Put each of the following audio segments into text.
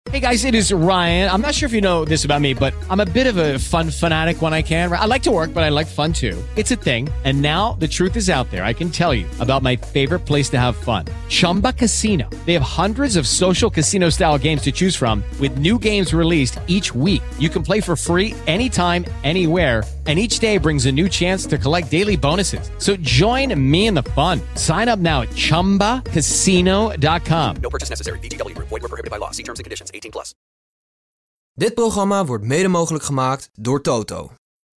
Hey guys, it is Ryan. I'm not sure if you know this about me, but I'm a bit of a fun fanatic when I can. I like to work, but I like fun too. It's a thing. And now the truth is out there. I can tell you about my favorite place to have fun. Chumba Casino. They have hundreds of social casino style games to choose from with new games released each week. You can play for free anytime, anywhere. And each day brings a new chance to collect daily bonuses. So join me in the fun. Sign up now at ChumbaCasino.com. No purchase necessary. VGW Group. Void where prohibited by law. See terms and conditions. 18+. Dit programma wordt mede mogelijk gemaakt door Toto.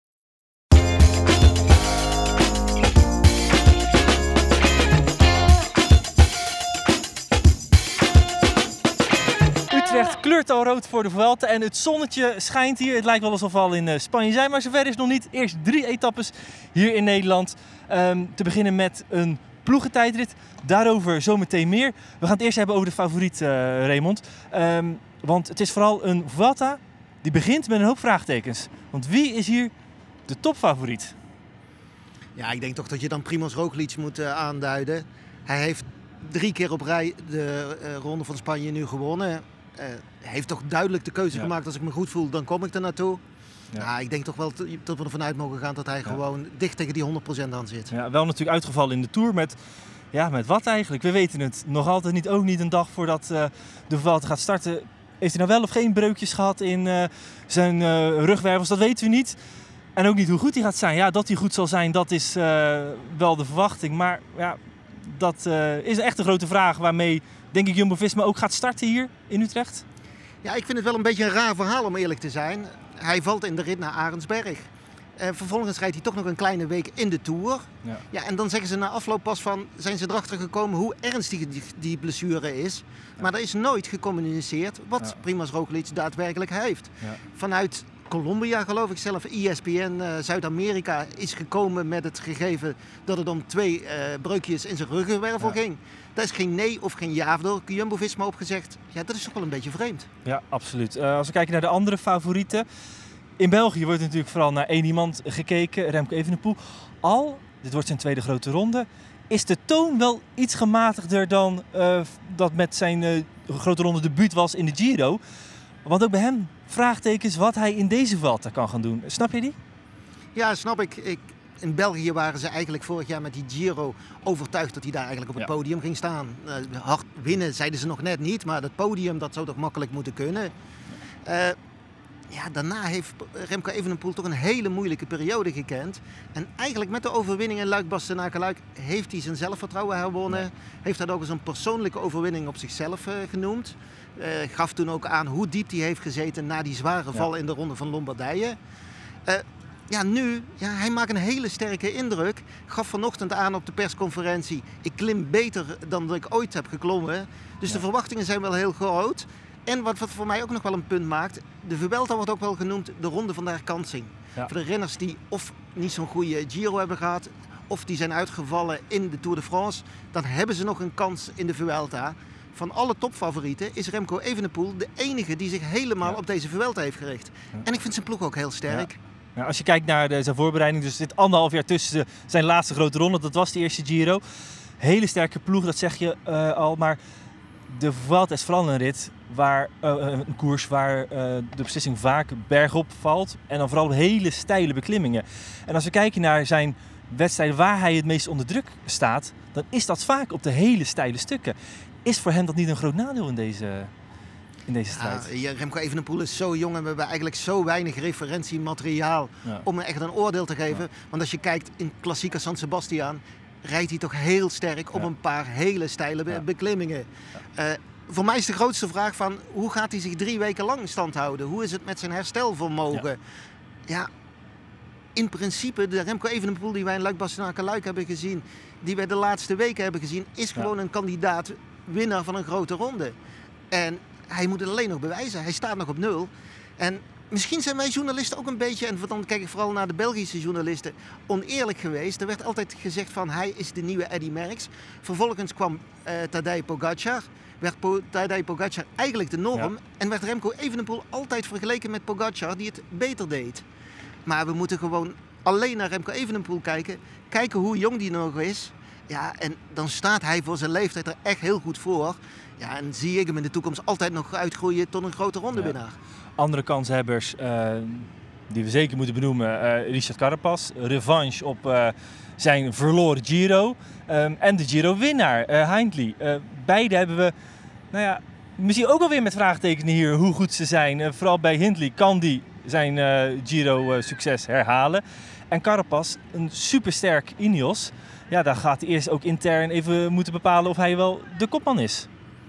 Utrecht kleurt al rood voor de Vuelta en het zonnetje schijnt hier. Het lijkt wel alsof we al in Spanje zijn, maar zover is het nog niet. Eerst 3 etappes hier in Nederland. Te beginnen met een ploegentijdrit. Daarover zometeen meer. We gaan het eerst hebben over de favoriet, Raymond. Want het is vooral een Vuelta die begint met een hoop vraagtekens. Want wie is hier de topfavoriet? Ja, ik denk toch dat je dan Primož Roglič moet aanduiden. Hij heeft 3 keer op rij de Ronde van Spanje nu gewonnen. Heeft toch duidelijk de keuze gemaakt, als ik me goed voel, dan kom ik er naartoe. Ja, ik denk toch wel dat we ervan uit mogen gaan dat hij gewoon dicht tegen die 100% aan zit. Ja, wel natuurlijk uitgevallen in de Tour met wat eigenlijk? We weten het nog altijd niet, ook niet een dag voordat de Vuelta gaat starten. Heeft hij nou wel of geen breukjes gehad in zijn rugwervels? Dat weten we niet. En ook niet hoe goed hij gaat zijn. Ja, dat hij goed zal zijn, dat is wel de verwachting. Maar ja, dat is echt een grote vraag waarmee, denk ik, Jumbo-Visma ook gaat starten hier in Utrecht. Ja, ik vind het wel een beetje een raar verhaal om eerlijk te zijn. Hij valt in de rit naar Arendsberg. Vervolgens rijdt hij toch nog een kleine week in de Tour. Ja, en dan zeggen ze na afloop pas van, zijn ze erachter gekomen hoe ernstig die blessure is. Ja. Maar er is nooit gecommuniceerd wat Primož Roglič daadwerkelijk heeft. Ja. Vanuit Colombia, geloof ik zelf, ESPN Zuid-Amerika is gekomen met het gegeven dat het om 2 breukjes in zijn ruggenwervel ging. Daar is geen nee of geen ja door Jumbo-Visma op gezegd. Ja, dat is toch wel een beetje vreemd. Ja, absoluut. Als we kijken naar de andere favorieten. In België wordt natuurlijk vooral naar één iemand gekeken, Remco Evenepoel. Dit wordt zijn tweede grote ronde, is de toon wel iets gematigder dan dat met zijn grote ronde debuut was in de Giro. Want ook bij hem vraagtekens wat hij in deze Vuelta kan gaan doen. Snap je die? Ja, snap ik. In België waren ze eigenlijk vorig jaar met die Giro overtuigd dat hij daar eigenlijk op het podium ging staan. Hard winnen zeiden ze nog net niet, maar het podium dat zou toch makkelijk moeten kunnen. Daarna heeft Remco Evenepoel toch een hele moeilijke periode gekend. En eigenlijk met de overwinning in Luik-Bastenaken-Luik heeft hij zijn zelfvertrouwen herwonnen. Ja. Heeft dat ook eens een persoonlijke overwinning op zichzelf genoemd. Gaf toen ook aan hoe diep hij heeft gezeten na die zware val in de Ronde van Lombardije. Hij maakt een hele sterke indruk. Gaf vanochtend aan op de persconferentie, ik klim beter dan dat ik ooit heb geklommen. Dus de verwachtingen zijn wel heel groot. En wat voor mij ook nog wel een punt maakt, de Vuelta wordt ook wel genoemd de ronde van de herkansing. Ja. Voor de renners die of niet zo'n goede Giro hebben gehad, of die zijn uitgevallen in de Tour de France, dan hebben ze nog een kans in de Vuelta. Van alle topfavorieten is Remco Evenepoel de enige die zich helemaal op deze Vuelta heeft gericht. Ja. En ik vind zijn ploeg ook heel sterk. Ja. Ja, als je kijkt naar zijn voorbereiding, dus dit 1,5 jaar tussen zijn laatste grote ronde, dat was de eerste Giro. Hele sterke ploeg, dat zeg je al, maar de Vuelta is vooral een rit een koers waar de beslissing vaak bergop valt en dan vooral hele steile beklimmingen. En als we kijken naar zijn wedstrijden waar hij het meest onder druk staat, dan is dat vaak op de hele steile stukken. Is voor hem dat niet een groot nadeel in deze strijd? Remco Evenepoel is zo jong en we hebben eigenlijk zo weinig referentiemateriaal om echt een oordeel te geven. Ja. Want als je kijkt in klassieke San Sebastian, rijdt hij toch heel sterk op een paar hele steile beklimmingen. Ja. Voor mij is de grootste vraag van hoe gaat hij zich 3 weken lang stand houden? Hoe is het met zijn herstelvermogen? Ja, in principe de Remco Evenepoel die wij in Luik-Bastenaken-Luik hebben gezien, die wij de laatste weken hebben gezien, is gewoon een kandidaat winnaar van een grote ronde. En hij moet het alleen nog bewijzen. Hij staat nog op 0. En misschien zijn wij journalisten ook een beetje, en dan kijk ik vooral naar de Belgische journalisten, oneerlijk geweest. Er werd altijd gezegd van hij is de nieuwe Eddy Merckx. Vervolgens kwam Tadej Pogačar. Werd Tadej Pogačar eigenlijk de norm. En werd Remco Evenepoel altijd vergeleken met Pogačar die het beter deed. Maar we moeten gewoon alleen naar Remco Evenepoel kijken. Kijken hoe jong die nog is. Ja, en dan staat hij voor zijn leeftijd er echt heel goed voor. Ja, en zie ik hem in de toekomst altijd nog uitgroeien tot een grote rondewinnaar. Andere kanshebbers die we zeker moeten benoemen. Richard Carapaz, revanche op zijn verloren Giro. En de Giro-winnaar, Hindley. Beide hebben we, misschien ook alweer met vraagtekenen hier hoe goed ze zijn. Vooral bij Hindley kan die zijn Giro-succes herhalen. En Carapaz, een supersterk Ineos. Ja, daar gaat hij eerst ook intern even moeten bepalen of hij wel de kopman is.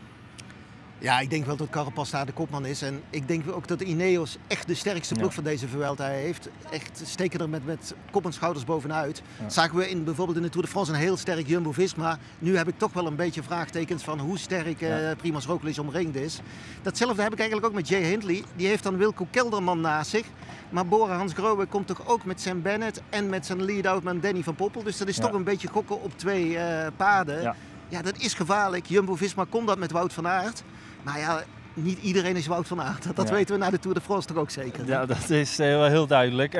Ja, ik denk wel dat Carapaz daar de kopman is. En ik denk ook dat Ineos echt de sterkste ploeg van deze Vuelta heeft. Echt steken er met kop en schouders bovenuit. Ja. Zagen we bijvoorbeeld in de Tour de France een heel sterk Jumbo-Visma. Nu heb ik toch wel een beetje vraagtekens van hoe sterk Primož Roglič omringd is. Datzelfde heb ik eigenlijk ook met Jay Hindley. Die heeft dan Wilco Kelderman naast zich. Maar Bora Hansgrohe komt toch ook met Sam Bennett en met zijn lead-outman Danny van Poppel. Dus dat is toch een beetje gokken op twee paden. Ja, dat is gevaarlijk. Jumbo-Visma kon dat met Wout van Aert. Maar ja, niet iedereen is Wout van Aert. Dat weten we na de Tour de France toch ook zeker. Ja, dat is wel heel duidelijk.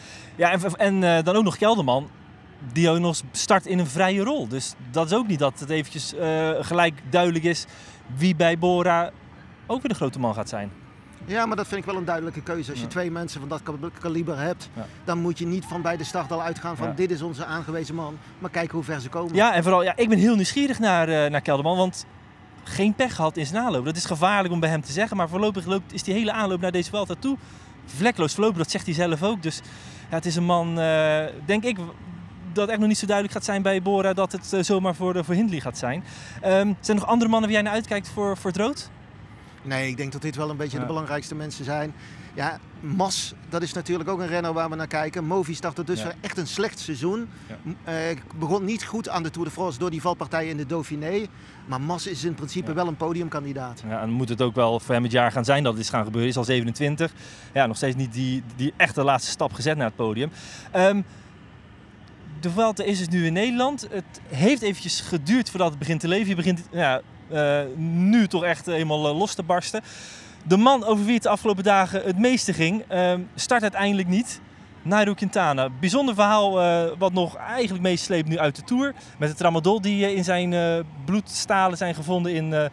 En dan ook nog Kelderman, die ook nog start in een vrije rol. Dus dat is ook niet dat het eventjes gelijk duidelijk is wie bij Bora ook weer de grote man gaat zijn. Ja, maar dat vind ik wel een duidelijke keuze. Als je twee mensen van dat kaliber hebt, dan moet je niet van bij de start al uitgaan van dit is onze aangewezen man. Maar kijken hoe ver ze komen. Ja, en vooral, ik ben heel nieuwsgierig naar Kelderman, want geen pech gehad in zijn aanloop. Dat is gevaarlijk om bij hem te zeggen, maar voorlopig is die hele aanloop naar deze Vuelta toe vlekloos verlopen. Dat zegt hij zelf ook. Dus ja, het is een man, denk ik, dat echt nog niet zo duidelijk gaat zijn bij Bora dat het zomaar voor Hindley gaat zijn. Zijn er nog andere mannen waar jij naar uitkijkt voor het rood? Nee, ik denk dat dit wel een beetje de belangrijkste mensen zijn. Ja, Mas, dat is natuurlijk ook een renner waar we naar kijken. Movistar had dus echt een slecht seizoen. Begon niet goed aan de Tour de France door die valpartij in de Dauphiné. Maar Mas is in principe wel een podiumkandidaat. Ja, en moet het ook wel voor hem het jaar gaan zijn dat dit is gaan gebeuren. Is al 27. Ja, nog steeds niet die echte laatste stap gezet naar het podium. De Vuelta is dus nu in Nederland. Het heeft eventjes geduurd voordat het begint te leven. Je begint nu toch echt helemaal los te barsten. De man over wie het de afgelopen dagen het meeste ging, start uiteindelijk niet. Nairo Quintana. Bijzonder verhaal wat nog eigenlijk meesleept nu uit de Tour. Met de tramadol die in zijn bloedstalen zijn gevonden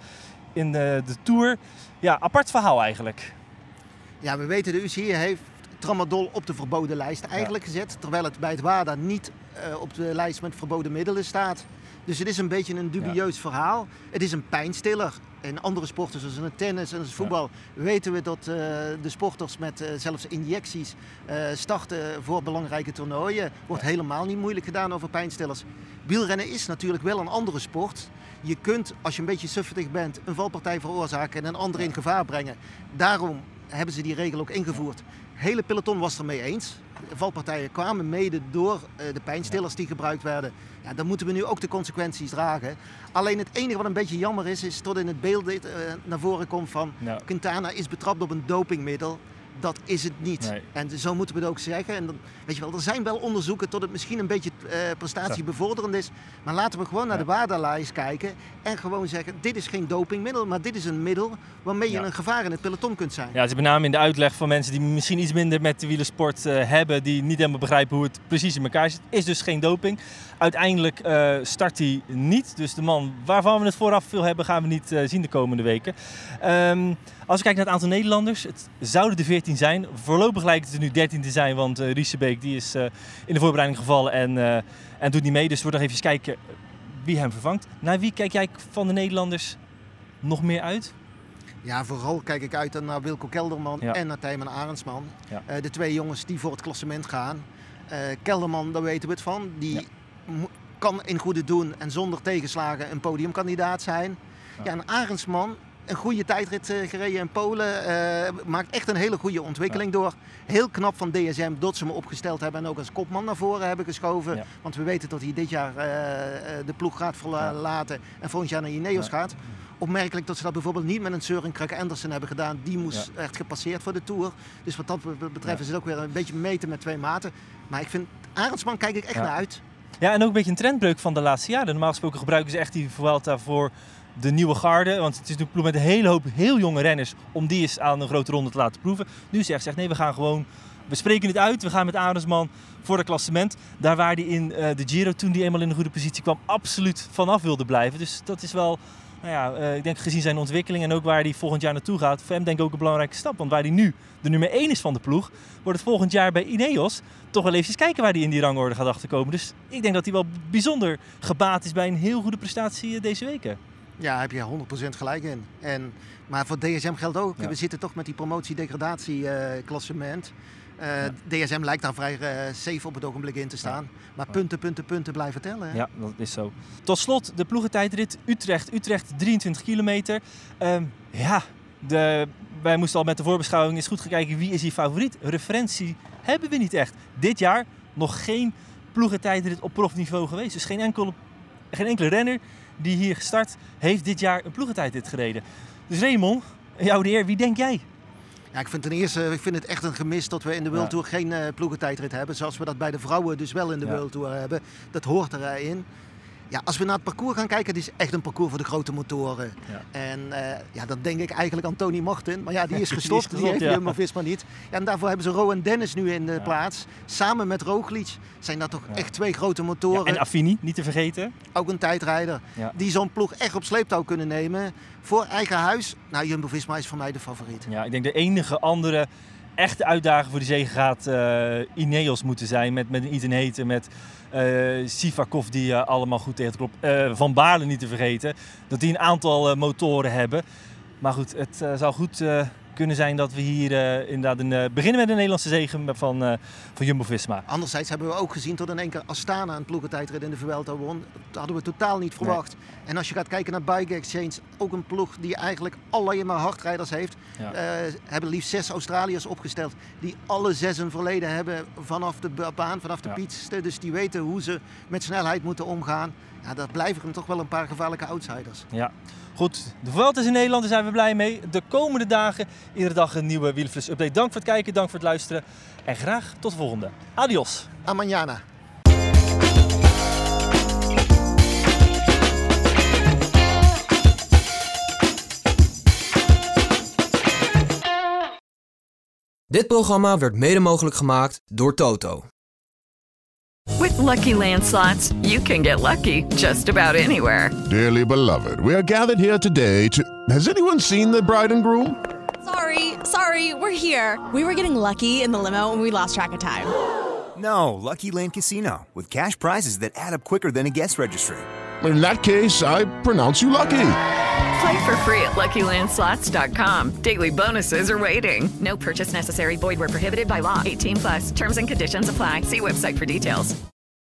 in de Tour. Ja, apart verhaal eigenlijk. Ja, we weten de UCI heeft tramadol op de verboden lijst eigenlijk gezet. Terwijl het bij het WADA niet op de lijst met verboden middelen staat. Dus het is een beetje een dubieus verhaal. Het is een pijnstiller. In andere sporten zoals in het tennis en het voetbal weten we dat de sporters met zelfs injecties starten voor belangrijke toernooien. Wordt helemaal niet moeilijk gedaan over pijnstillers. Wielrennen is natuurlijk wel een andere sport. Je kunt, als je een beetje sufferig bent, een valpartij veroorzaken en een ander in gevaar brengen. Daarom hebben ze die regel ook ingevoerd. Het hele peloton was het ermee eens. De valpartijen kwamen mede door de pijnstillers die gebruikt werden. Ja, dan moeten we nu ook de consequenties dragen. Alleen het enige wat een beetje jammer is tot in het beeld naar voren komt van Quintana is betrapt op een dopingmiddel. Dat is het niet. Nee. En zo moeten we het ook zeggen. En dan, weet je wel, er zijn wel onderzoeken tot het misschien een beetje prestatiebevorderend is. Maar laten we gewoon naar de WADA-lijst kijken. En gewoon zeggen, dit is geen dopingmiddel. Maar dit is een middel waarmee je een gevaar in het peloton kunt zijn. Ja, het is met name in de uitleg van mensen die misschien iets minder met de wielersport hebben. Die niet helemaal begrijpen hoe het precies in elkaar zit. Is dus geen doping. Uiteindelijk start hij niet. Dus de man waarvan we het vooraf veel hebben, gaan we niet zien de komende weken. Als we kijken naar het aantal Nederlanders, het zouden er 14 zijn. Voorlopig lijkt het er nu 13 te zijn, want Riesebeek die is in de voorbereiding gevallen en doet niet mee. Dus we moeten nog even kijken wie hem vervangt. Naar wie kijk jij van de Nederlanders nog meer uit? Ja, vooral kijk ik uit naar Wilco Kelderman en naar Tijmen Arendsman. Ja. De twee jongens die voor het klassement gaan. Kelderman, daar weten we het van. Die kan in goede doen en zonder tegenslagen een podiumkandidaat zijn. Ja, en Arendsman, een goede tijdrit gereden in Polen, maakt echt een hele goede ontwikkeling door. Heel knap van DSM dat ze me opgesteld hebben en ook als kopman naar voren hebben geschoven. Ja. Want we weten dat hij dit jaar de ploeg gaat verlaten en volgend jaar naar Ineos gaat. Opmerkelijk dat ze dat bijvoorbeeld niet met een Søren Kragh Andersen hebben gedaan. Die moest echt gepasseerd voor de Tour. Dus wat dat betreft is het ook weer een beetje meten met twee maten. Maar ik vind, Arendsman kijk ik echt naar uit. Ja, en ook een beetje een trendbreuk van de laatste jaren. Normaal gesproken gebruiken ze echt die Vuelta voor de nieuwe garde. Want het is een ploeg met een hele hoop heel jonge renners om die eens aan een grote ronde te laten proeven. Nu zegt ze echt nee, we gaan gewoon we spreken het uit. We gaan met Arendsman voor het klassement. Daar waar hij in de Giro, toen hij eenmaal in een goede positie kwam, absoluut vanaf wilde blijven. Dus dat is wel, ik denk gezien zijn ontwikkeling en ook waar hij volgend jaar naartoe gaat, voor hem denk ik ook een belangrijke stap. Want waar hij nu de nummer 1 is van de ploeg, wordt het volgend jaar bij Ineos toch wel even kijken waar hij in die rangorde gaat achterkomen. Dus ik denk dat hij wel bijzonder gebaat is bij een heel goede prestatie deze weken. Ja, heb je 100% gelijk in. Maar voor DSM geldt ook. Ja. We zitten toch met die promotie-degradatie-klassement. DSM lijkt daar vrij safe op het ogenblik in te staan. Maar punten blijven tellen. Hè? Ja, dat is zo. Tot slot de ploegentijdrit Utrecht. Utrecht 23 kilometer. Wij moesten al met de voorbeschouwing eens goed gaan kijken wie is hier favoriet. Referentie hebben we niet echt. Dit jaar nog geen ploegentijdrit op profniveau geweest. Dus geen enkele renner die hier gestart heeft dit jaar een ploegentijdrit gereden. Dus Raymond, jou de eer, wie denk jij? Ja, ik vind het echt een gemis dat we in de World Tour geen ploegentijdrit hebben. Zoals we dat bij de vrouwen dus wel in de World Tour hebben. Dat hoort erin. Ja, als we naar het parcours gaan kijken, het is echt een parcours voor de grote motoren. Ja. En dan denk ik eigenlijk aan Tony Martin. Maar ja, die is gestopt. die heeft Jumbo-Visma niet. Ja, en daarvoor hebben ze Rowan Dennis nu in de plaats. Samen met Roglic zijn dat toch echt twee grote motoren. Ja, en Affini, niet te vergeten. Ook een tijdrijder. Ja. Die zo'n ploeg echt op sleeptouw kunnen nemen. Voor eigen huis. Nou, Jumbo-Visma is voor mij de favoriet. Ja, ik denk de enige andere echte uitdaging voor de zege gaat Ineos moeten zijn. Met een Ethan Hayter, met Sivakov die allemaal goed tegen het klopt. Van Baarle niet te vergeten. Dat die een aantal motoren hebben. Maar goed, het zou goed kunnen zijn dat we hier inderdaad beginnen met een Nederlandse zege van Jumbo-Visma. Anderzijds hebben we ook gezien tot in één keer Astana een ploegentijdrit in de Vuelta won. Dat hadden we totaal niet verwacht. Nee. En als je gaat kijken naar Bike Exchange, ook een ploeg die eigenlijk alleen maar hardrijders heeft. Ja. Hebben liefst 6 Australiërs opgesteld die alle 6 een verleden hebben vanaf de baan, vanaf de piste. Dus die weten hoe ze met snelheid moeten omgaan. Ja, dat blijven toch wel een paar gevaarlijke outsiders. Ja, goed. De Vuelta is in Nederland, daar zijn we blij mee. De komende dagen, iedere dag een nieuwe Wielerflits update. Dank voor het kijken, dank voor het luisteren. En graag tot de volgende. Adios. A mañana. Dit programma werd mede mogelijk gemaakt door Toto. With Lucky Land Slots, you can get lucky just about anywhere. Dearly beloved, we are gathered here today to... Has anyone seen the bride and groom? Sorry, we're here. We were getting lucky in the limo and we lost track of time. No, Lucky Land Casino, with cash prizes that add up quicker than a guest registry. In that case, I pronounce you lucky. Play for free at LuckyLandSlots.com. Daily bonuses are waiting. No purchase necessary. Void where prohibited by law. 18+. Terms and conditions apply. See website for details.